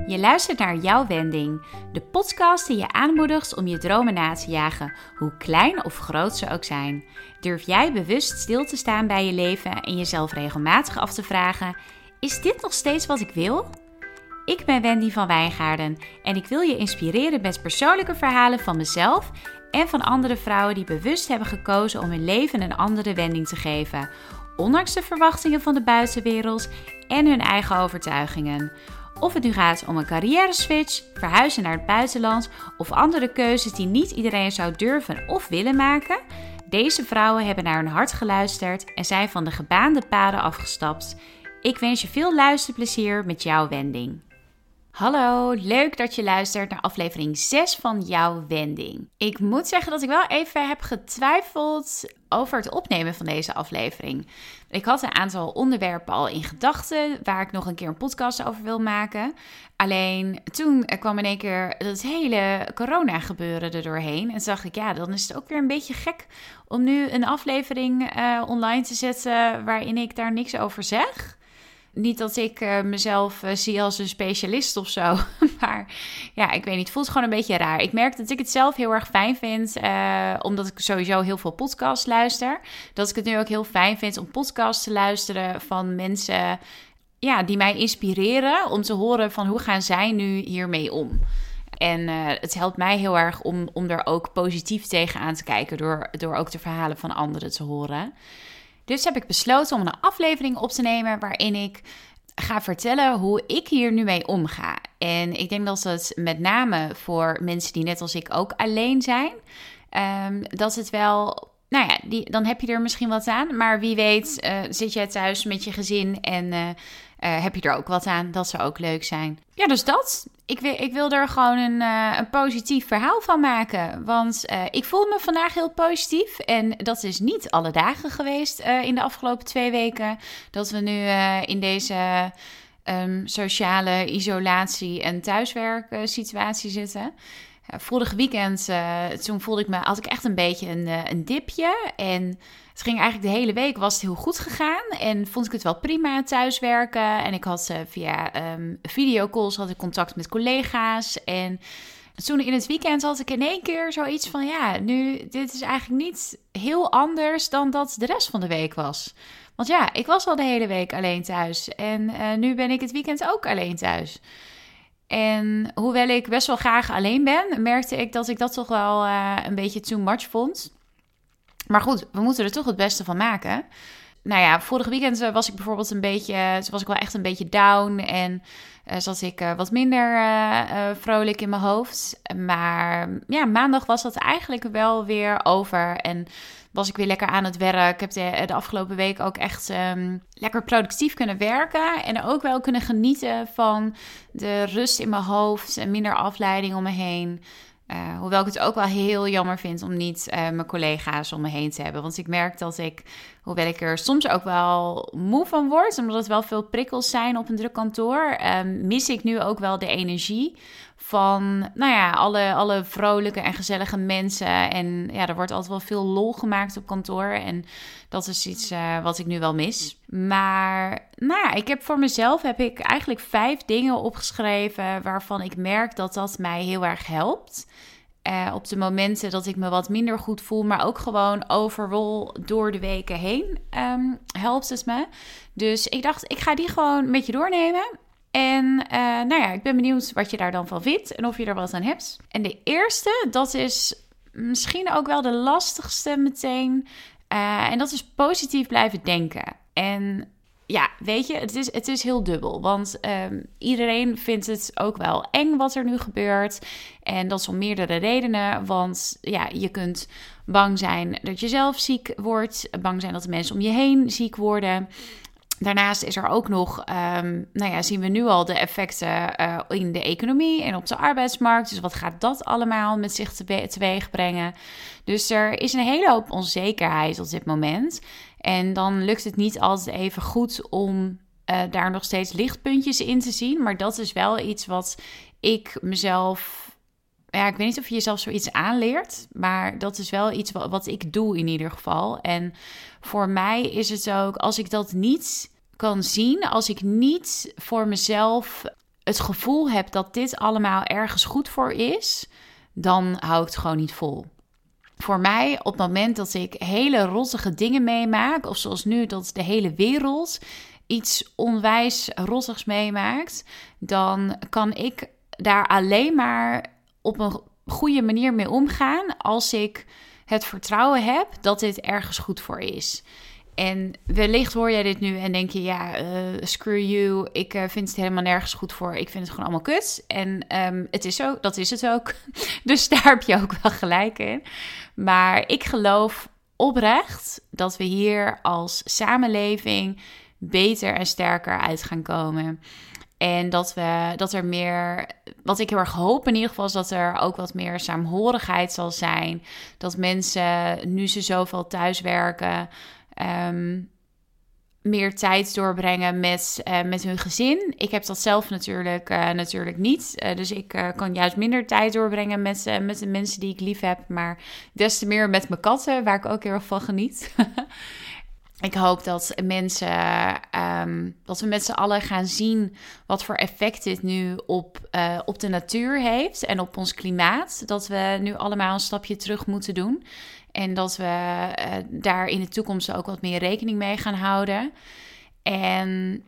Je luistert naar Jouw Wending, de podcast die je aanmoedigt om je dromen na te jagen, hoe klein of groot ze ook zijn. Durf jij bewust stil te staan bij je leven en jezelf regelmatig af te vragen, is dit nog steeds wat ik wil? Ik ben Wendy van Wijngaarden en ik wil je inspireren met persoonlijke verhalen van mezelf en van andere vrouwen die bewust hebben gekozen om hun leven een andere wending te geven, ondanks de verwachtingen van de buitenwereld en hun eigen overtuigingen. Of het nu gaat om een carrière-switch, verhuizen naar het buitenland of andere keuzes die niet iedereen zou durven of willen maken. Deze vrouwen hebben naar hun hart geluisterd en zijn van de gebaande paden afgestapt. Ik wens je veel luisterplezier met Jouw Wending. Hallo, leuk dat je luistert naar aflevering 6 van Jouw Wending. Ik moet zeggen dat ik wel even heb getwijfeld over het opnemen van deze aflevering. Ik had een aantal onderwerpen al in gedachten waar ik nog een keer een podcast over wil maken. Alleen toen kwam in één keer het hele corona gebeuren er doorheen. En toen dacht ik, ja, dan is het ook weer een beetje gek om nu een aflevering online te zetten waarin ik daar niks over zeg. Niet dat ik mezelf zie als een specialist of zo. Maar ja, ik weet niet. Het voelt gewoon een beetje raar. Ik merk dat ik het zelf heel erg fijn vind. Omdat ik sowieso heel veel podcasts luister. Dat ik het nu ook heel fijn vind om podcasts te luisteren van mensen die mij inspireren. Om te horen van hoe gaan zij nu hiermee om. En het helpt mij heel erg om er ook positief tegenaan te kijken. Door ook de verhalen van anderen te horen. Dus heb ik besloten om een aflevering op te nemen waarin ik ga vertellen hoe ik hier nu mee omga. En ik denk dat het met name voor mensen die net als ik ook alleen zijn, dat het wel, dan heb je er misschien wat aan. Maar wie weet zit jij thuis met je gezin en heb je er ook wat aan. Dat zou ook leuk zijn. Ja, dus dat. Ik wil er gewoon een positief verhaal van maken. Want ik voel me vandaag heel positief. En dat is niet alle dagen geweest in de afgelopen 2 weken. Dat we nu in deze sociale isolatie en thuiswerk situatie zitten. Vorig weekend, toen had ik echt een beetje een dipje. En het ging eigenlijk de hele week, was het heel goed gegaan. En vond ik het wel prima thuiswerken. En ik had via videocalls had ik contact met collega's. En toen in het weekend had ik in één keer zoiets van, dit is eigenlijk niet heel anders dan dat de rest van de week was. Want ja, ik was al de hele week alleen thuis. En nu ben ik het weekend ook alleen thuis. En hoewel ik best wel graag alleen ben, merkte ik dat ik dat toch wel een beetje too much vond. Maar goed, we moeten er toch het beste van maken. Nou ja, vorig weekend was ik bijvoorbeeld was ik wel echt een beetje down en zat ik wat minder vrolijk in mijn hoofd. Maar ja, maandag was dat eigenlijk wel weer over en was ik weer lekker aan het werk. Ik heb de afgelopen week ook echt lekker productief kunnen werken. En ook wel kunnen genieten van de rust in mijn hoofd en minder afleiding om me heen. Hoewel ik het ook wel heel jammer vind om niet mijn collega's om me heen te hebben. Want ik merk dat hoewel ik er soms ook wel moe van word, omdat het wel veel prikkels zijn op een druk kantoor, mis ik nu ook wel de energie van alle vrolijke en gezellige mensen. En ja, er wordt altijd wel veel lol gemaakt op kantoor. En dat is iets wat ik nu wel mis. Maar voor mezelf heb ik eigenlijk 5 dingen opgeschreven waarvan ik merk dat dat mij heel erg helpt. Op de momenten dat ik me wat minder goed voel, maar ook gewoon overal door de weken heen helpt het me. Dus ik dacht, ik ga die gewoon met je doornemen. En ik ben benieuwd wat je daar dan van vindt en of je er wat aan hebt. En de eerste, dat is misschien ook wel de lastigste meteen. En dat is positief blijven denken. En ja, weet je, het is heel dubbel. Want iedereen vindt het ook wel eng wat er nu gebeurt. En dat is om meerdere redenen. Want ja, je kunt bang zijn dat je zelf ziek wordt. Bang zijn dat de mensen om je heen ziek worden. Daarnaast is er ook nog, zien we nu al de effecten in de economie en op de arbeidsmarkt. Dus wat gaat dat allemaal met zich teweeg brengen? Dus er is een hele hoop onzekerheid op dit moment. En dan lukt het niet altijd even goed om daar nog steeds lichtpuntjes in te zien. Maar dat is wel iets wat ik mezelf... Ja, ik weet niet of je jezelf zoiets aanleert, maar dat is wel iets wat ik doe in ieder geval. En voor mij is het ook, als ik dat niet kan zien, als ik niet voor mezelf het gevoel heb dat dit allemaal ergens goed voor is, dan hou ik het gewoon niet vol. Voor mij, op het moment dat ik hele rottige dingen meemaak, of zoals nu dat de hele wereld iets onwijs rottigs meemaakt, dan kan ik daar alleen maar op een goede manier mee omgaan als ik het vertrouwen heb dat dit ergens goed voor is. En wellicht hoor jij dit nu en denk je, screw you, ik vind het helemaal nergens goed voor. Ik vind het gewoon allemaal kut. En het is zo, dat is het ook. Dus daar heb je ook wel gelijk in. Maar ik geloof oprecht dat we hier als samenleving beter en sterker uit gaan komen. En dat er meer, wat ik heel erg hoop in ieder geval, is dat er ook wat meer saamhorigheid zal zijn. Dat mensen, nu ze zoveel thuiswerken, meer tijd doorbrengen met hun gezin. Ik heb dat zelf natuurlijk niet. Dus ik kan juist minder tijd doorbrengen met de mensen die ik lief heb. Maar des te meer met mijn katten, waar ik ook heel erg van geniet. Ik hoop dat dat we met z'n allen gaan zien wat voor effect dit nu op de natuur heeft en op ons klimaat. Dat we nu allemaal een stapje terug moeten doen. En dat we daar in de toekomst ook wat meer rekening mee gaan houden. En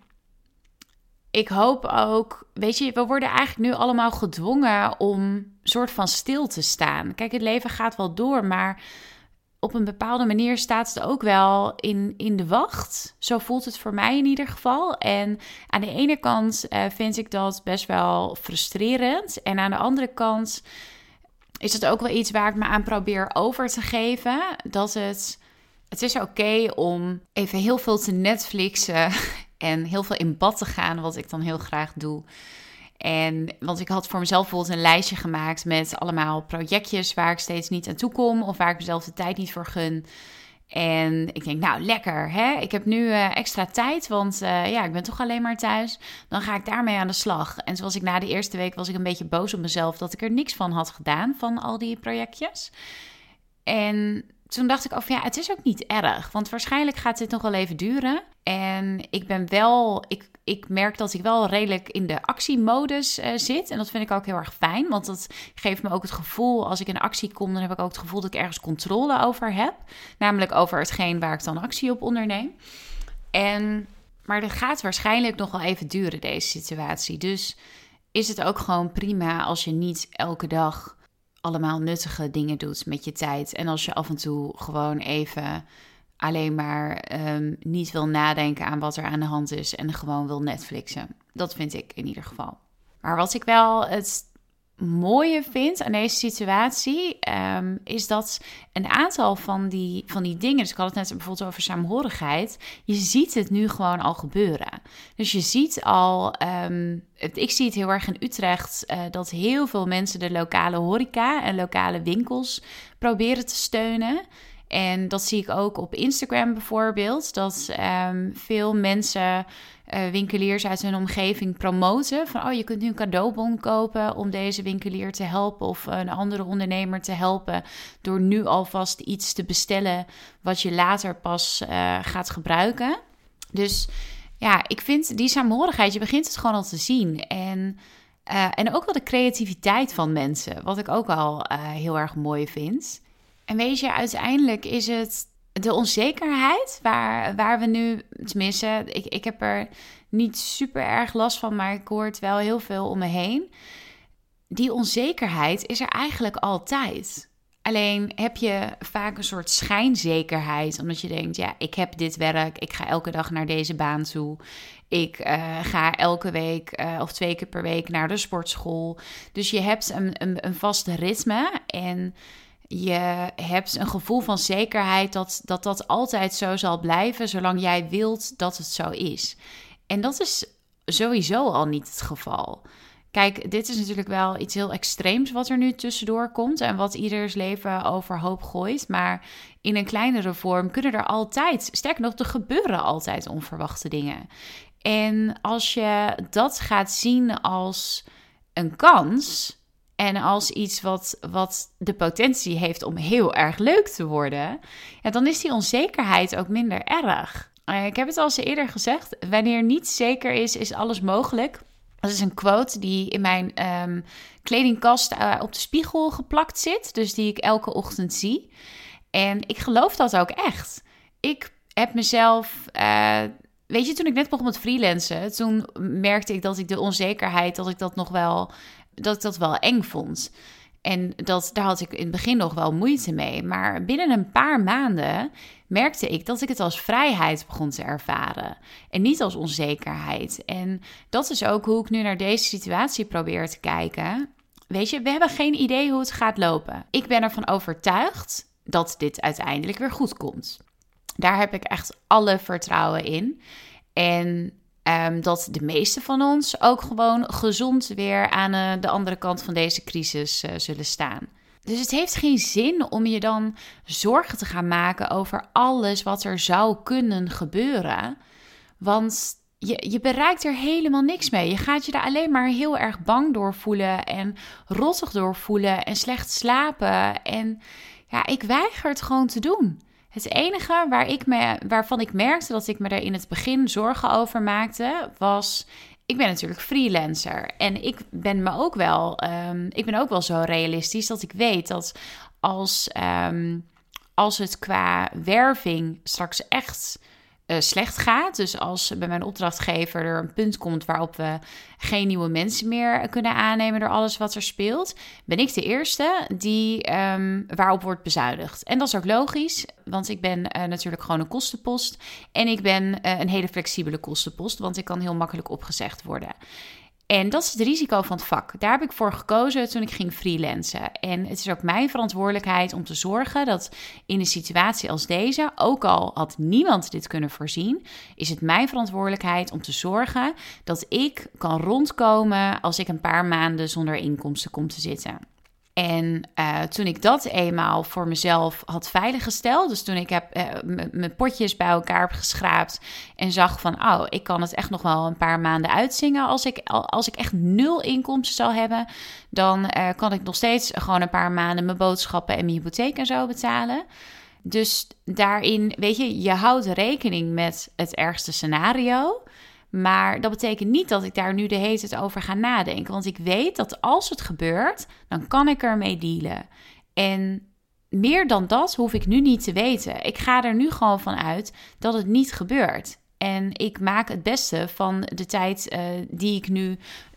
ik hoop ook, weet je, we worden eigenlijk nu allemaal gedwongen om een soort van stil te staan. Kijk, het leven gaat wel door, maar op een bepaalde manier staat het ook wel in de wacht. Zo voelt het voor mij in ieder geval. En aan de ene kant vind ik dat best wel frustrerend. En aan de andere kant is het ook wel iets waar ik me aan probeer over te geven. Dat het is oké om even heel veel te Netflixen en heel veel in bad te gaan, wat ik dan heel graag doe. Want ik had voor mezelf bijvoorbeeld een lijstje gemaakt met allemaal projectjes waar ik steeds niet aan toe kom of waar ik mezelf de tijd niet voor gun. En ik denk, nou lekker, hè? Ik heb nu extra tijd, want ik ben toch alleen maar thuis. Dan ga ik daarmee aan de slag. En zoals ik na de eerste week was ik een beetje boos op mezelf dat ik er niks van had gedaan, van al die projectjes. En toen dacht ik, het is ook niet erg, want waarschijnlijk gaat dit nog wel even duren. En ik merk dat ik wel redelijk in de actiemodus zit. En dat vind ik ook heel erg fijn, want dat geeft me ook het gevoel, als ik in actie kom, dan heb ik ook het gevoel dat ik ergens controle over heb. Namelijk over hetgeen waar ik dan actie op onderneem. Maar dat gaat waarschijnlijk nog wel even duren, deze situatie. Dus is het ook gewoon prima als je niet elke dag allemaal nuttige dingen doet met je tijd. En als je af en toe gewoon even alleen maar niet wil nadenken aan wat er aan de hand is en gewoon wil Netflixen. Dat vind ik in ieder geval. Maar wat ik wel het mooie vind aan deze situatie is dat een aantal van die dingen, dus ik had het net bijvoorbeeld over saamhorigheid, je ziet het nu gewoon al gebeuren. Dus je ziet al, ik zie het heel erg in Utrecht, dat heel veel mensen de lokale horeca en lokale winkels proberen te steunen. En dat zie ik ook op Instagram bijvoorbeeld, dat veel mensen, winkeliers uit hun omgeving promoten. Van, je kunt nu een cadeaubon kopen om deze winkelier te helpen of een andere ondernemer te helpen door nu alvast iets te bestellen wat je later pas gaat gebruiken. Dus ja, ik vind die saamhorigheid, je begint het gewoon al te zien. En ook wel de creativiteit van mensen, wat ik ook al heel erg mooi vind. En weet je, uiteindelijk is het de onzekerheid waar we nu, tenminste, ik heb er niet super erg last van, maar ik hoor het wel heel veel om me heen. Die onzekerheid is er eigenlijk altijd. Alleen heb je vaak een soort schijnzekerheid, omdat je denkt, ja, ik heb dit werk, ik ga elke dag naar deze baan toe. Ik ga elke week of 2 keer per week naar de sportschool. Dus je hebt een vast ritme en je hebt een gevoel van zekerheid dat altijd zo zal blijven, zolang jij wilt dat het zo is. En dat is sowieso al niet het geval. Kijk, dit is natuurlijk wel iets heel extreems wat er nu tussendoor komt en wat ieders leven overhoop gooit. Maar in een kleinere vorm kunnen er altijd, sterker nog, er gebeuren altijd onverwachte dingen. En als je dat gaat zien als een kans en als iets wat de potentie heeft om heel erg leuk te worden, ja, dan is die onzekerheid ook minder erg. Ik heb het al eens eerder gezegd, wanneer niets zeker is, is alles mogelijk. Dat is een quote die in mijn kledingkast op de spiegel geplakt zit. Dus die ik elke ochtend zie. En ik geloof dat ook echt. Ik heb mezelf... weet je, toen ik net begon met freelancen... toen merkte ik dat ik de onzekerheid... dat ik dat wel eng vond. En daar had ik in het begin nog wel moeite mee. Maar binnen een paar maanden merkte ik dat ik het als vrijheid begon te ervaren. En niet als onzekerheid. En dat is ook hoe ik nu naar deze situatie probeer te kijken. Weet je, we hebben geen idee hoe het gaat lopen. Ik ben ervan overtuigd dat dit uiteindelijk weer goed komt. Daar heb ik echt alle vertrouwen in. En dat de meeste van ons ook gewoon gezond weer aan de andere kant van deze crisis zullen staan. Dus het heeft geen zin om je dan zorgen te gaan maken over alles wat er zou kunnen gebeuren. Want je bereikt er helemaal niks mee. Je gaat je daar alleen maar heel erg bang door voelen en rottig door voelen en slecht slapen. En ja, ik weiger het gewoon te doen. Het enige waarvan ik merkte dat ik me er in het begin zorgen over maakte, was... Ik ben natuurlijk freelancer en ik ben ook wel zo realistisch dat ik weet dat als het qua werving straks echt slecht gaat, dus als bij mijn opdrachtgever er een punt komt waarop we geen nieuwe mensen meer kunnen aannemen door alles wat er speelt, ben ik de eerste die waarop wordt bezuinigd. En dat is ook logisch, want ik ben natuurlijk gewoon een kostenpost en ik ben een hele flexibele kostenpost, want ik kan heel makkelijk opgezegd worden. En dat is het risico van het vak. Daar heb ik voor gekozen toen ik ging freelancen. En het is ook mijn verantwoordelijkheid om te zorgen dat in een situatie als deze, ook al had niemand dit kunnen voorzien, is het mijn verantwoordelijkheid om te zorgen dat ik kan rondkomen als ik een paar maanden zonder inkomsten kom te zitten. En toen ik dat eenmaal voor mezelf had veiliggesteld, dus toen ik mijn potjes bij elkaar heb geschraapt en zag van, ik kan het echt nog wel een paar maanden uitzingen. Als ik echt 0 inkomsten zou hebben, dan kan ik nog steeds gewoon een paar maanden mijn boodschappen en mijn hypotheek en zo betalen. Dus daarin, weet je houdt rekening met het ergste scenario. Maar dat betekent niet dat ik daar nu de hele tijd over ga nadenken. Want ik weet dat als het gebeurt, dan kan ik ermee dealen. En meer dan dat hoef ik nu niet te weten. Ik ga er nu gewoon van uit dat het niet gebeurt. En ik maak het beste van de tijd die ik nu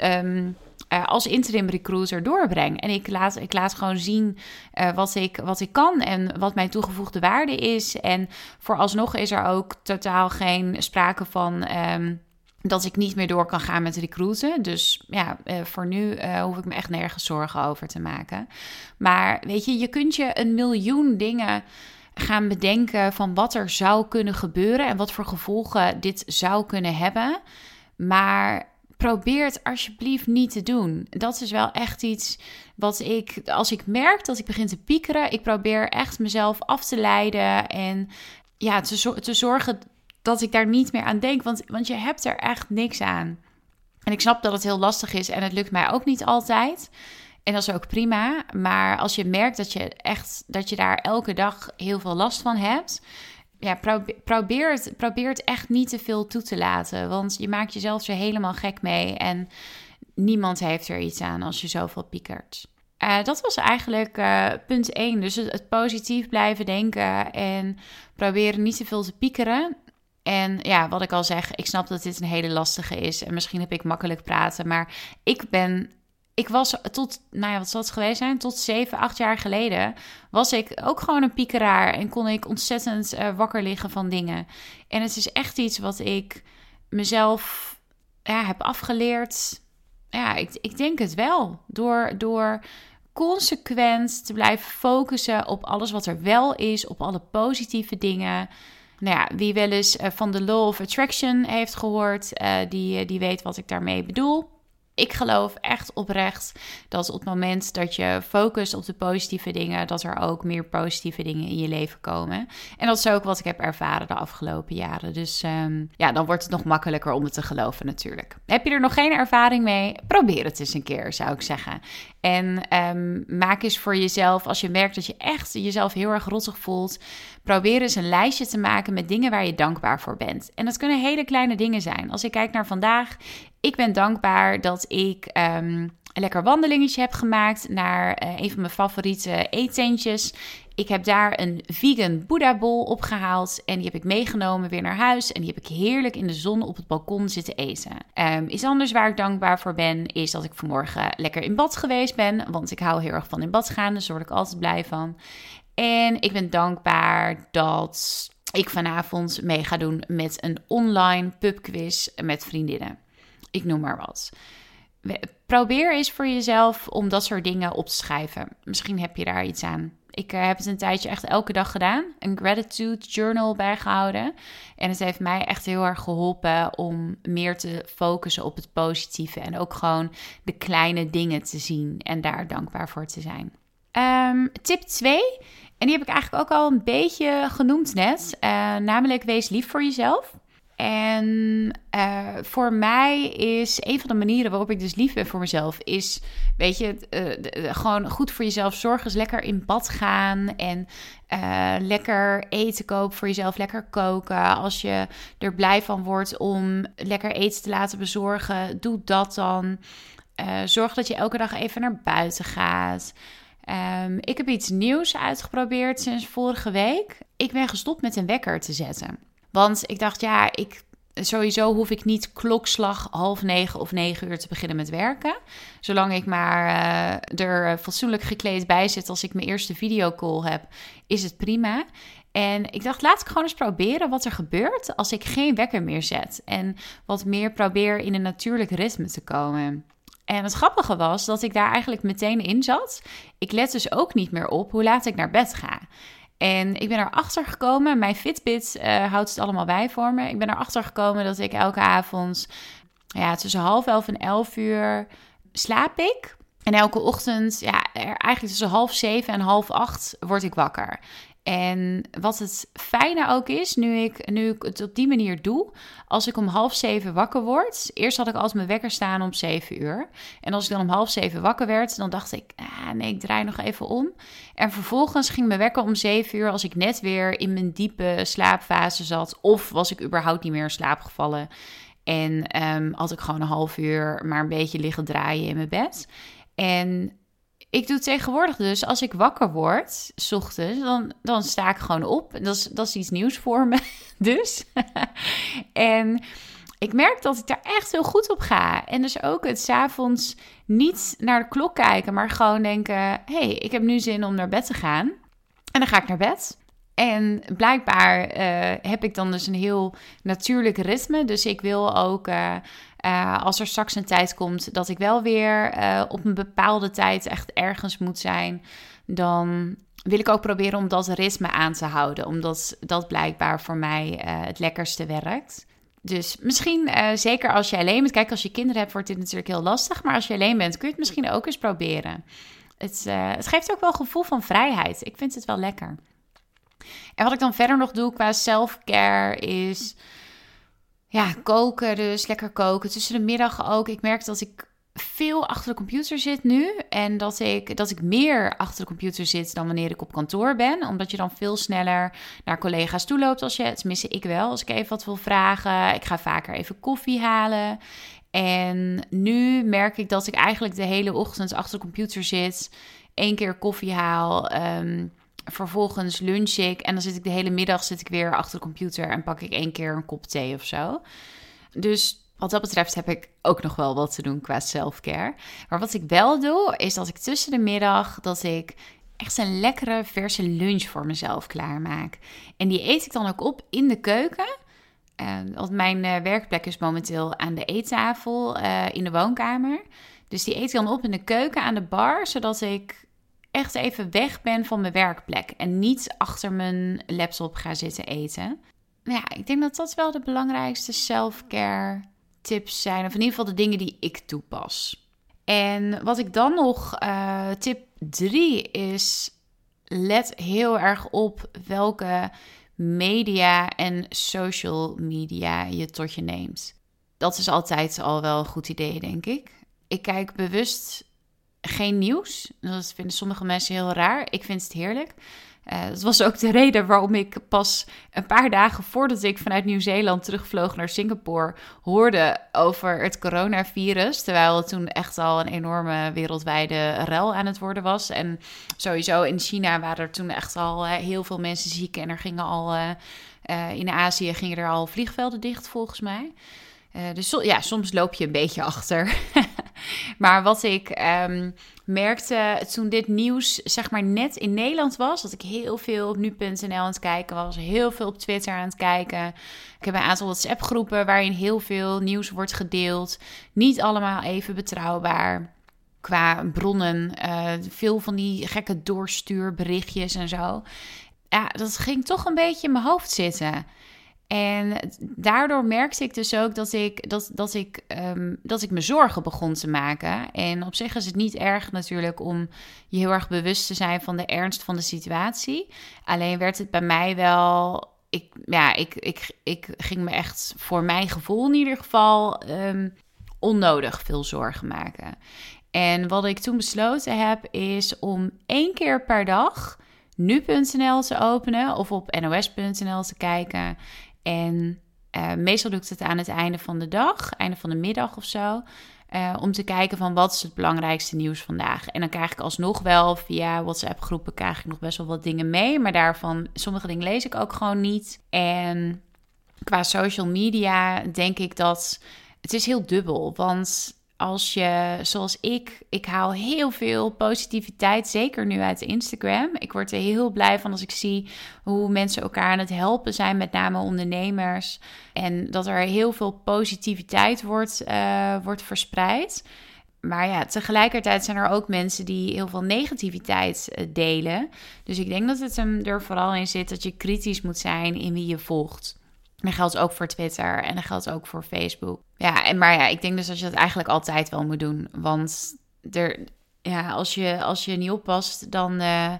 als interim recruiter doorbreng. En ik laat gewoon zien wat ik kan en wat mijn toegevoegde waarde is. En vooralsnog is er ook totaal geen sprake van dat ik niet meer door kan gaan met recruiten. Dus ja, voor nu hoef ik me echt nergens zorgen over te maken. Maar weet je kunt je 1 miljoen dingen gaan bedenken van wat er zou kunnen gebeuren en wat voor gevolgen dit zou kunnen hebben. Maar probeer het alsjeblieft niet te doen. Dat is wel echt iets wat als ik merk dat ik begin te piekeren, ik probeer echt mezelf af te leiden en ja, te zorgen dat ik daar niet meer aan denk, want je hebt er echt niks aan. En ik snap dat het heel lastig is en het lukt mij ook niet altijd. En dat is ook prima. Maar als je merkt dat je daar elke dag heel veel last van hebt, ja, probeer het echt niet te veel toe te laten. Want je maakt jezelf er helemaal gek mee en niemand heeft er iets aan als je zoveel piekert. Dat was eigenlijk punt 1. Dus het positief blijven denken en proberen niet te veel te piekeren. En ja, wat ik al zeg, ik snap dat dit een hele lastige is. En misschien heb ik makkelijk praten. Maar ik was tot, wat zal het geweest zijn? Tot 7, 8 jaar geleden was ik ook gewoon een piekeraar. En kon ik ontzettend wakker liggen van dingen. En het is echt iets wat ik mezelf heb afgeleerd. Ja, ik denk het wel. Door consequent te blijven focussen op alles wat er wel is. Op alle positieve dingen. Nou ja, wie wel eens van de Law of Attraction heeft gehoord, die weet wat ik daarmee bedoel. Ik geloof echt oprecht dat op het moment dat je focust op de positieve dingen, dat er ook meer positieve dingen in je leven komen. En dat is ook wat ik heb ervaren de afgelopen jaren. Dus dan wordt het nog makkelijker om het te geloven natuurlijk. Heb je er nog geen ervaring mee? Probeer het eens een keer, zou ik zeggen. En maak eens voor jezelf, als je merkt dat je echt jezelf heel erg rottig voelt, probeer eens een lijstje te maken met dingen waar je dankbaar voor bent. En dat kunnen hele kleine dingen zijn. Als ik kijk naar vandaag, Ik ben dankbaar dat ik een lekker wandelingetje heb gemaakt naar een van mijn favoriete eettentjes. Ik heb daar een vegan Buddha bol opgehaald en die heb ik meegenomen weer naar huis. En die heb ik heerlijk in de zon op het balkon zitten eten. Iets anders waar ik dankbaar voor ben, is dat ik vanmorgen lekker in bad geweest ben. Want ik hou heel erg van in bad gaan, dus daar word ik altijd blij van. En ik ben dankbaar dat ik vanavond mee ga doen met een online pubquiz met vriendinnen. Ik noem maar wat. Probeer eens voor jezelf om dat soort dingen op te schrijven. Misschien heb je daar iets aan. Ik heb het een tijdje echt elke dag gedaan. Een gratitude journal bijgehouden. En het heeft mij echt heel erg geholpen om meer te focussen op het positieve. En ook gewoon de kleine dingen te zien en daar dankbaar voor te zijn. Tip 2. En die heb ik eigenlijk ook al een beetje genoemd net. Namelijk wees lief voor jezelf. En voor mij is een van de manieren waarop ik dus lief ben voor mezelf, is, weet je, gewoon goed voor jezelf zorgen. Dus lekker in bad gaan en lekker eten kopen voor jezelf, lekker koken. Als je er blij van wordt om lekker eten te laten bezorgen, doe dat dan. Zorg dat je elke dag even naar buiten gaat. Ik heb iets nieuws uitgeprobeerd sinds vorige week. Ik ben gestopt met een wekker te zetten. Want ik dacht, sowieso hoef ik niet klokslag 8:30 of 9 uur te beginnen met werken. Zolang ik maar er fatsoenlijk gekleed bij zit als ik mijn eerste videocall heb, is het prima. En ik dacht, laat ik gewoon eens proberen wat er gebeurt als ik geen wekker meer zet. En wat meer probeer in een natuurlijk ritme te komen. En het grappige was dat ik daar eigenlijk meteen in zat. Ik let dus ook niet meer op hoe laat ik naar bed ga. En ik ben erachter gekomen, mijn Fitbit houdt het allemaal bij voor me. Ik ben erachter gekomen dat ik elke avond tussen 10:30 en 11 uur slaap ik. En elke ochtend, eigenlijk tussen 6:30 en 7:30 word ik wakker. En wat het fijne ook is, nu ik het op die manier doe, als ik om 6:30 wakker word. Eerst had ik altijd mijn wekker staan om 7 uur. En als ik dan om 6:30 wakker werd, dan dacht ik, nee, ik draai nog even om. En vervolgens ging mijn wekker om 7 uur als ik net weer in mijn diepe slaapfase zat. Of was ik überhaupt niet meer in slaap gevallen. En had ik gewoon een half uur maar een beetje liggen draaien in mijn bed. En ik doe tegenwoordig dus, als ik wakker word, 's ochtends, dan sta ik gewoon op. Dat is iets nieuws voor me, dus. En ik merk dat ik daar echt heel goed op ga. En dus ook het 's avonds niet naar de klok kijken, maar gewoon denken, hey, ik heb nu zin om naar bed te gaan. En dan ga ik naar bed. En blijkbaar heb ik dan dus een heel natuurlijk ritme. Dus ik wil ook, als er straks een tijd komt dat ik wel weer op een bepaalde tijd echt ergens moet zijn, dan wil ik ook proberen om dat ritme aan te houden. Omdat dat blijkbaar voor mij het lekkerste werkt. Dus misschien, zeker als je alleen bent. Kijk, als je kinderen hebt, wordt dit natuurlijk heel lastig. Maar als je alleen bent, kun je het misschien ook eens proberen. Het geeft ook wel een gevoel van vrijheid. Ik vind het wel lekker. En wat ik dan verder nog doe qua self-care is koken. Dus lekker koken. Tussen de middag ook. Ik merk dat ik veel achter de computer zit nu. En dat ik meer achter de computer zit dan wanneer ik op kantoor ben. Omdat je dan veel sneller naar collega's toe loopt. Tenminste ik wel, als ik even wat wil vragen. Ik ga vaker even koffie halen. En nu merk ik dat ik eigenlijk de hele ochtend achter de computer zit. 1 keer koffie haal. Vervolgens lunch ik en dan zit ik de hele middag weer achter de computer en pak ik 1 keer een kop thee of zo. Dus wat dat betreft heb ik ook nog wel wat te doen qua self-care. Maar wat ik wel doe, is dat ik tussen de middag echt een lekkere verse lunch voor mezelf klaarmaak. En die eet ik dan ook op in de keuken. Want mijn werkplek is momenteel aan de eettafel in de woonkamer. Dus die eet ik dan op in de keuken aan de bar, zodat ik echt even weg ben van mijn werkplek en niet achter mijn laptop ga zitten eten. Ja, ik denk dat dat wel de belangrijkste self-care tips zijn. Of in ieder geval de dingen die ik toepas. En wat ik dan nog, tip 3 is, let heel erg op welke media en social media je tot je neemt. Dat is altijd al wel een goed idee, denk ik. Ik kijk bewust geen nieuws. Dat vinden sommige mensen heel raar. Ik vind het heerlijk. Dat was ook de reden waarom ik pas een paar dagen voordat ik vanuit Nieuw-Zeeland terugvloog naar Singapore hoorde over het coronavirus. Terwijl het toen echt al een enorme wereldwijde rel aan het worden was. En sowieso in China waren er toen echt al heel veel mensen ziek. En er gingen al in Azië gingen er al vliegvelden dicht volgens mij. Dus soms loop je een beetje achter. Maar wat ik merkte toen dit nieuws zeg maar net in Nederland was, dat ik heel veel op nu.nl aan het kijken was, heel veel op Twitter aan het kijken. Ik heb een aantal WhatsApp-groepen waarin heel veel nieuws wordt gedeeld. Niet allemaal even betrouwbaar qua bronnen. Veel van die gekke doorstuurberichtjes en zo. Ja, dat ging toch een beetje in mijn hoofd zitten. En daardoor merkte ik dus ook dat ik me zorgen begon te maken. En op zich is het niet erg natuurlijk om je heel erg bewust te zijn van de ernst van de situatie. Alleen werd het bij mij wel... Ik ging me echt voor mijn gevoel in ieder geval onnodig veel zorgen maken. En wat ik toen besloten heb is om 1 keer per dag nu.nl te openen of op nos.nl te kijken. En meestal doe ik het aan het einde van de dag, einde van de middag of zo. Om te kijken van wat is het belangrijkste nieuws vandaag. En dan krijg ik alsnog wel via WhatsApp-groepen krijg ik nog best wel wat dingen mee. Maar daarvan, sommige dingen lees ik ook gewoon niet. En qua social media denk ik dat het is heel dubbel. Want als je, zoals ik haal heel veel positiviteit, zeker nu uit Instagram. Ik word er heel blij van als ik zie hoe mensen elkaar aan het helpen zijn, met name ondernemers. En dat er heel veel positiviteit wordt verspreid. Maar ja, tegelijkertijd zijn er ook mensen die heel veel negativiteit delen. Dus ik denk dat het hem er vooral in zit dat je kritisch moet zijn in wie je volgt. En dat geldt ook voor Twitter en dat geldt ook voor Facebook. Maar ik denk dus dat je dat eigenlijk altijd wel moet doen. Want als je niet oppast, dan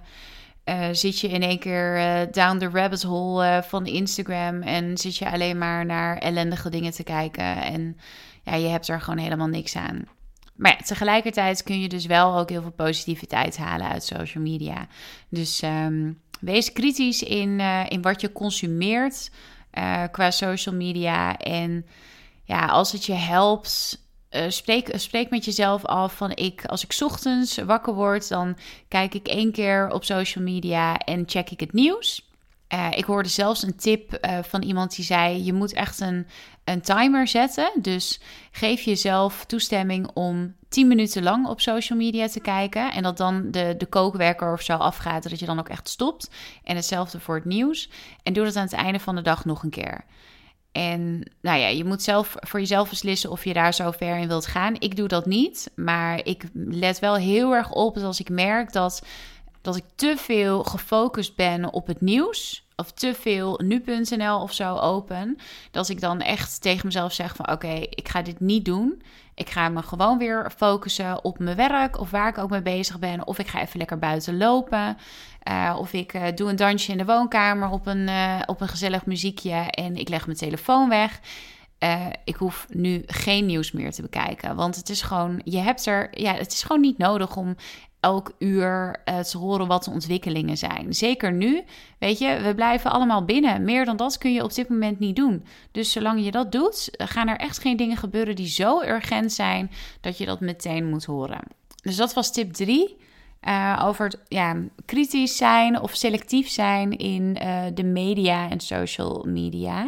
zit je in één keer down the rabbit hole van Instagram. En zit je alleen maar naar ellendige dingen te kijken. En ja, je hebt er gewoon helemaal niks aan. Maar ja, tegelijkertijd kun je dus wel ook heel veel positiviteit halen uit social media. Dus wees kritisch in wat je consumeert qua social media. En ja, als het je helpt, spreek met jezelf af van als ik 's ochtends wakker word, dan kijk ik 1 keer op social media en check ik het nieuws. Ik hoorde zelfs een tip van iemand die zei, je moet echt een timer zetten. Dus geef jezelf toestemming om 10 minuten lang op social media te kijken. En dat dan de kookwekker of zo afgaat, dat je dan ook echt stopt. En hetzelfde voor het nieuws. En doe dat aan het einde van de dag nog een keer. En nou ja, je moet zelf voor jezelf beslissen of je daar zo ver in wilt gaan. Ik doe dat niet, maar ik let wel heel erg op dat als ik merk dat ik te veel gefocust ben op het nieuws, of te veel nu.nl of zo open, dat ik dan echt tegen mezelf zeg van oké, ik ga dit niet doen. Ik ga me gewoon weer focussen op mijn werk of waar ik ook mee bezig ben. Of ik ga even lekker buiten lopen. Of ik doe een dansje in de woonkamer op een gezellig muziekje en ik leg mijn telefoon weg. Ik hoef nu geen nieuws meer te bekijken. Want het is gewoon, het is gewoon niet nodig om elk uur te horen wat de ontwikkelingen zijn. Zeker nu, weet je, we blijven allemaal binnen. Meer dan dat kun je op dit moment niet doen. Dus zolang je dat doet, gaan er echt geen dingen gebeuren die zo urgent zijn dat je dat meteen moet horen. Dus dat was tip 3. Over het kritisch zijn of selectief zijn in de media en social media.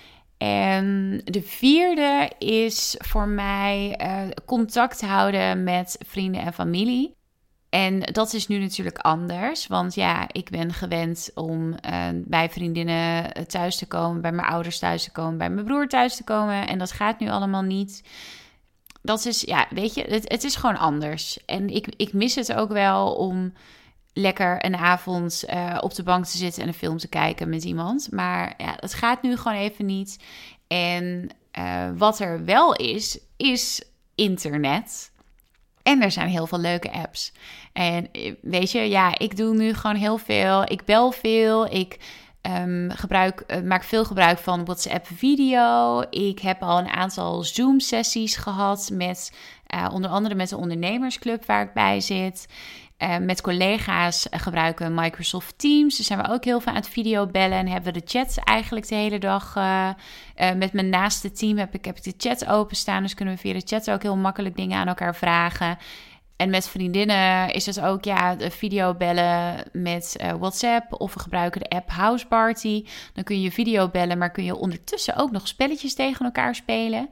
En de 4e is voor mij contact houden met vrienden en familie. En dat is nu natuurlijk anders, want ja, ik ben gewend om bij vriendinnen thuis te komen, bij mijn ouders thuis te komen, bij mijn broer thuis te komen. En dat gaat nu allemaal niet. Dat is, weet je, het is gewoon anders. En ik mis het ook wel om lekker een avond op de bank te zitten en een film te kijken met iemand. Maar ja, het gaat nu gewoon even niet. En wat er wel is internet. En er zijn heel veel leuke apps. En weet je, ik doe nu gewoon heel veel. Ik bel veel. Ik maak veel gebruik van WhatsApp video. Ik heb al een aantal Zoom-sessies gehad met Onder andere met de ondernemersclub waar ik bij zit. Met collega's gebruiken we Microsoft Teams. Dus zijn we ook heel veel aan het videobellen. En hebben we de chat eigenlijk de hele dag. Met mijn naaste team heb ik de chat openstaan. Dus kunnen we via de chat ook heel makkelijk dingen aan elkaar vragen. En met vriendinnen is het ook videobellen met WhatsApp. Of we gebruiken de app Houseparty. Dan kun je videobellen, maar kun je ondertussen ook nog spelletjes tegen elkaar spelen.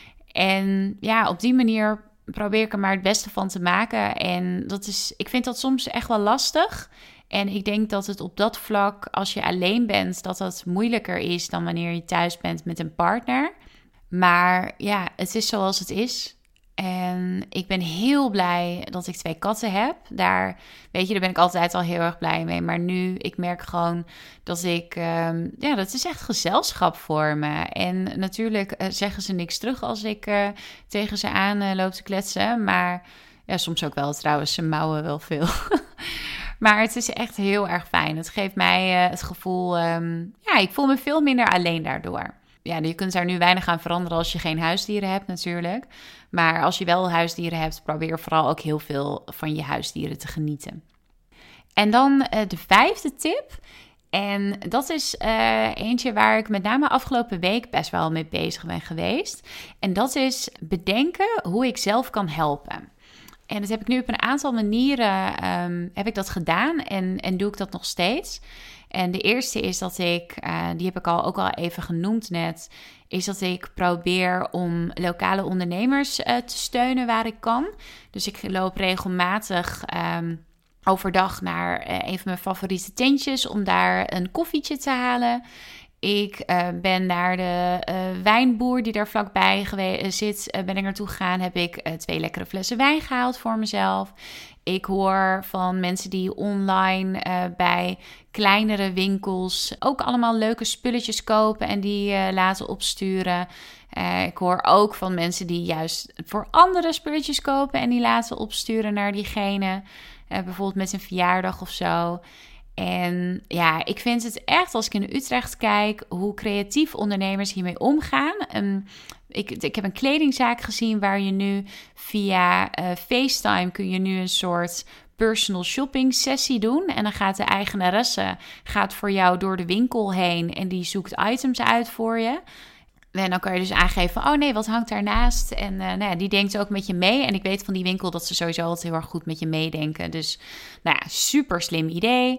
En ja, op die manier probeer ik er maar het beste van te maken. En ik vind dat soms echt wel lastig. En ik denk dat het op dat vlak, als je alleen bent, dat moeilijker is dan wanneer je thuis bent met een partner. Maar ja, het is zoals het is. En ik ben heel blij dat ik 2 katten heb. Daar ben ik altijd al heel erg blij mee. Maar nu, ik merk gewoon dat dat is echt gezelschap voor me. En natuurlijk zeggen ze niks terug als ik tegen ze aan loop te kletsen. Maar ja, soms ook wel trouwens, ze mauwen wel veel. Maar het is echt heel erg fijn. Het geeft mij het gevoel, ik voel me veel minder alleen daardoor. Ja, je kunt daar nu weinig aan veranderen als je geen huisdieren hebt natuurlijk. Maar als je wel huisdieren hebt, probeer vooral ook heel veel van je huisdieren te genieten. En dan de 5e tip. En dat is eentje waar ik met name afgelopen week best wel mee bezig ben geweest. En dat is bedenken hoe ik zelf kan helpen. En dat heb ik nu op een aantal manieren heb ik dat gedaan en doe ik dat nog steeds. En de eerste is dat ik, die heb ik ook al even genoemd net, is dat ik probeer om lokale ondernemers te steunen waar ik kan. Dus ik loop regelmatig overdag naar een van mijn favoriete tentjes om daar een koffietje te halen. Ik ben naar de wijnboer die daar vlakbij zit, ben ik naartoe gegaan. Heb ik 2 lekkere flessen wijn gehaald voor mezelf. Ik hoor van mensen die online bij kleinere winkels ook allemaal leuke spulletjes kopen en die laten opsturen. Ik hoor ook van mensen die juist voor andere spulletjes kopen en die laten opsturen naar diegene. Bijvoorbeeld met een verjaardag of zo. En ja, ik vind het echt, als ik in Utrecht kijk, hoe creatief ondernemers hiermee omgaan. Ik heb een kledingzaak gezien waar je nu via FaceTime kun je nu een soort personal shopping sessie doen. En dan gaat de eigenaresse voor jou door de winkel heen en die zoekt items uit voor je. En dan kan je dus aangeven, oh nee, wat hangt daarnaast? En die denkt ook met je mee. En ik weet van die winkel dat ze sowieso altijd heel erg goed met je meedenken. Dus super slim idee.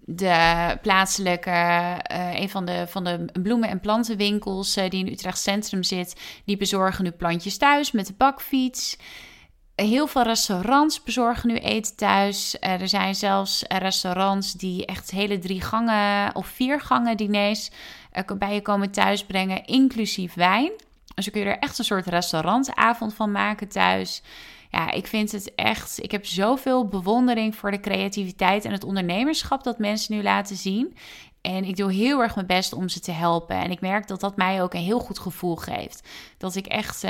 De plaatselijke, een van de bloemen- en plantenwinkels die in Utrecht Centrum zit, die bezorgen nu plantjes thuis met de bakfiets. Heel veel restaurants bezorgen nu eten thuis. Er zijn zelfs restaurants die echt hele 3 gangen of 4 gangen diners bij je komen thuisbrengen, inclusief wijn. Dus dan kun je er echt een soort restaurantavond van maken thuis. Ja, ik vind het echt, ik heb zoveel bewondering voor de creativiteit en het ondernemerschap dat mensen nu laten zien. En ik doe heel erg mijn best om ze te helpen. En ik merk dat dat mij ook een heel goed gevoel geeft. Dat ik echt,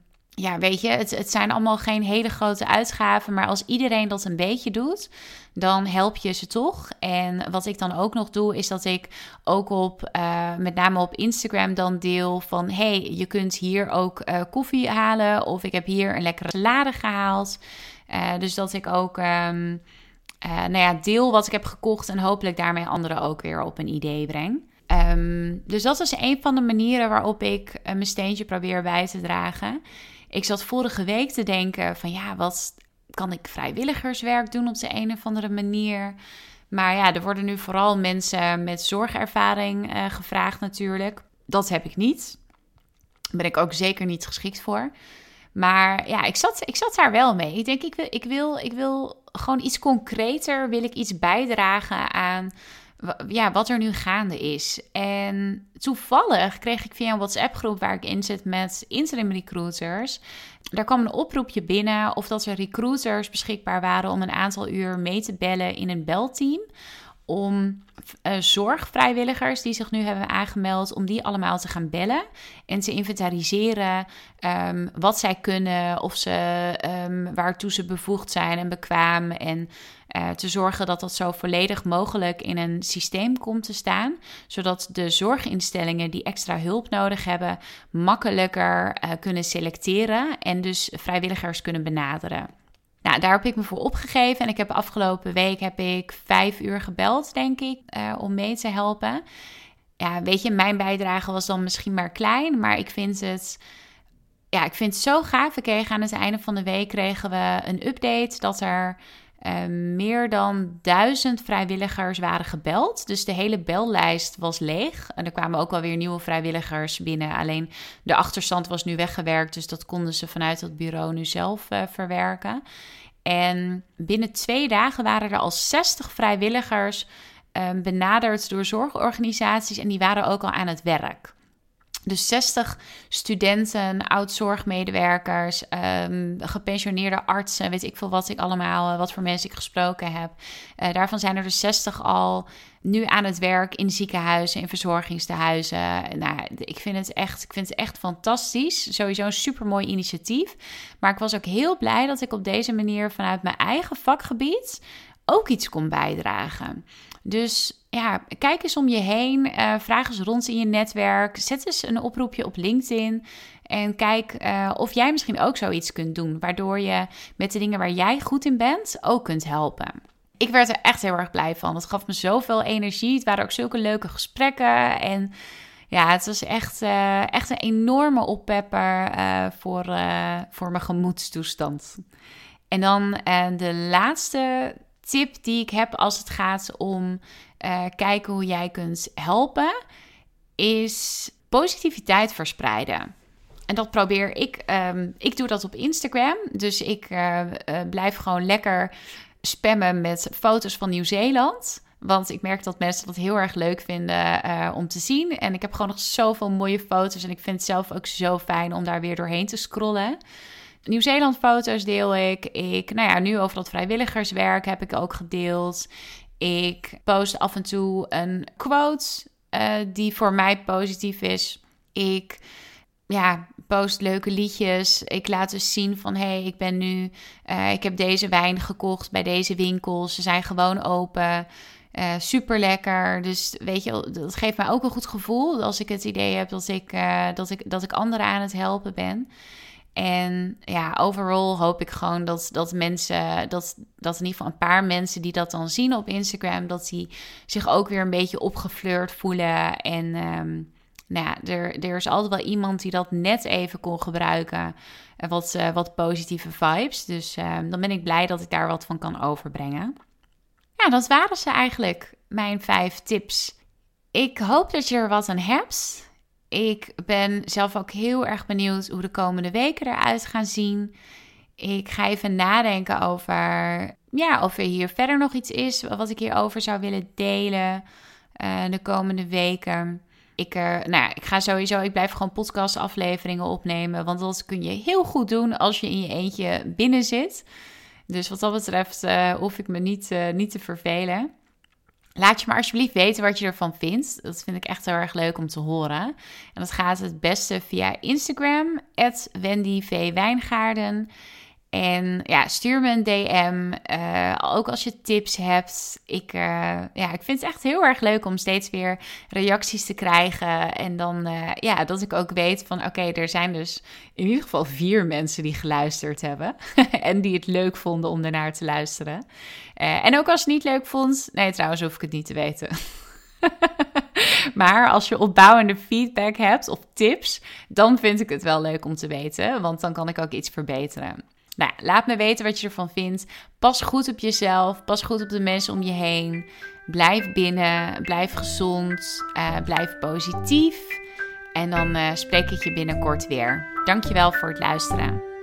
het zijn allemaal geen hele grote uitgaven. Maar als iedereen dat een beetje doet, dan help je ze toch. En wat ik dan ook nog doe, is dat ik ook met name op Instagram dan deel van, hey, je kunt hier ook koffie halen. Of ik heb hier een lekkere salade gehaald. Dus dat ik ook deel wat ik heb gekocht en hopelijk daarmee anderen ook weer op een idee breng. Dus dat is een van de manieren waarop ik mijn steentje probeer bij te dragen. Ik zat vorige week te denken van wat kan ik vrijwilligerswerk doen op de een of andere manier. Maar ja, er worden nu vooral mensen met zorgervaring gevraagd natuurlijk. Dat heb ik niet. Daar ben ik ook zeker niet geschikt voor. Maar ja, ik zat daar wel mee. Ik denk, ik wil gewoon iets concreter, wil ik iets bijdragen aan wat er nu gaande is. En toevallig kreeg ik via een WhatsApp-groep waar ik in zit met interim recruiters, daar kwam een oproepje binnen of dat er recruiters beschikbaar waren om een aantal uur mee te bellen in een belteam. Om zorgvrijwilligers die zich nu hebben aangemeld, om die allemaal te gaan bellen en te inventariseren wat zij kunnen, of ze waartoe ze bevoegd zijn en bekwaam en te zorgen dat dat zo volledig mogelijk in een systeem komt te staan. Zodat de zorginstellingen die extra hulp nodig hebben makkelijker kunnen selecteren en dus vrijwilligers kunnen benaderen. Nou, daar heb ik me voor opgegeven en ik heb afgelopen week 5 uur gebeld, denk ik, om mee te helpen. Ja, weet je, mijn bijdrage was dan misschien maar klein, maar ik vind het zo gaaf. We kregen aan het einde van de week een update dat er meer dan 1000 vrijwilligers waren gebeld. Dus de hele bellijst was leeg. En er kwamen ook alweer nieuwe vrijwilligers binnen. Alleen de achterstand was nu weggewerkt, dus dat konden ze vanuit het bureau nu zelf verwerken. En binnen 2 dagen waren er al 60 vrijwilligers benaderd door zorgorganisaties en die waren ook al aan het werk. Dus 60 studenten, oud-zorgmedewerkers, gepensioneerde artsen, weet ik veel wat voor mensen ik gesproken heb. Daarvan zijn er dus 60 al nu aan het werk in ziekenhuizen, in verzorgingstehuizen. Nou, ik vind het echt fantastisch. Sowieso een supermooi initiatief. Maar ik was ook heel blij dat ik op deze manier vanuit mijn eigen vakgebied ook iets kon bijdragen. Dus ja, kijk eens om je heen, vraag eens rond in je netwerk, zet eens een oproepje op LinkedIn en kijk of jij misschien ook zoiets kunt doen, waardoor je met de dingen waar jij goed in bent ook kunt helpen. Ik werd er echt heel erg blij van. Het gaf me zoveel energie. Het waren ook zulke leuke gesprekken en ja, het was echt een enorme oppepper voor mijn gemoedstoestand. En dan de laatste tip die ik heb als het gaat om kijken hoe jij kunt helpen, is positiviteit verspreiden. En dat probeer ik. Ik doe dat op Instagram. Dus ik blijf gewoon lekker spammen met foto's van Nieuw-Zeeland. Want ik merk dat mensen dat heel erg leuk vinden om te zien. En ik heb gewoon nog zoveel mooie foto's. En ik vind het zelf ook zo fijn om daar weer doorheen te scrollen. Nieuw-Zeeland foto's deel ik. Nu over dat vrijwilligerswerk heb ik ook gedeeld. Ik post af en toe een quote die voor mij positief is. Ik post leuke liedjes. Ik laat dus zien van ik heb deze wijn gekocht bij deze winkels. Ze zijn gewoon open. Super lekker. Dus weet je, dat geeft mij ook een goed gevoel als ik het idee heb dat ik anderen aan het helpen ben. En ja, overal hoop ik gewoon dat mensen, dat in ieder geval een paar mensen die dat dan zien op Instagram, dat die zich ook weer een beetje opgefleurd voelen. En er is altijd wel iemand die dat net even kon gebruiken. Wat positieve vibes. Dus dan ben ik blij dat ik daar wat van kan overbrengen. Ja, dat waren ze eigenlijk, mijn 5 tips. Ik hoop dat je er wat aan hebt. Ik ben zelf ook heel erg benieuwd hoe de komende weken eruit gaan zien. Ik ga even nadenken over of er hier verder nog iets is wat ik hierover zou willen delen de komende weken. Ik blijf gewoon podcastafleveringen opnemen, want dat kun je heel goed doen als je in je eentje binnen zit. Dus wat dat betreft hoef ik me niet te vervelen. Laat je maar alsjeblieft weten wat je ervan vindt. Dat vind ik echt heel erg leuk om te horen. En dat gaat het beste via Instagram, @WendyVWijngaarden. En ja, stuur me een DM, ook als je tips hebt. Ik vind het echt heel erg leuk om steeds weer reacties te krijgen. En dan dat ik ook weet van oké, er zijn dus in ieder geval 4 mensen die geluisterd hebben. En die het leuk vonden om ernaar te luisteren. En ook als je het niet leuk vond, nee trouwens hoef ik het niet te weten. Maar als je opbouwende feedback hebt of tips, dan vind ik het wel leuk om te weten. Want dan kan ik ook iets verbeteren. Nou, laat me weten wat je ervan vindt. Pas goed op jezelf. Pas goed op de mensen om je heen. Blijf binnen. Blijf gezond. Blijf positief. En dan spreek ik je binnenkort weer. Dankjewel voor het luisteren.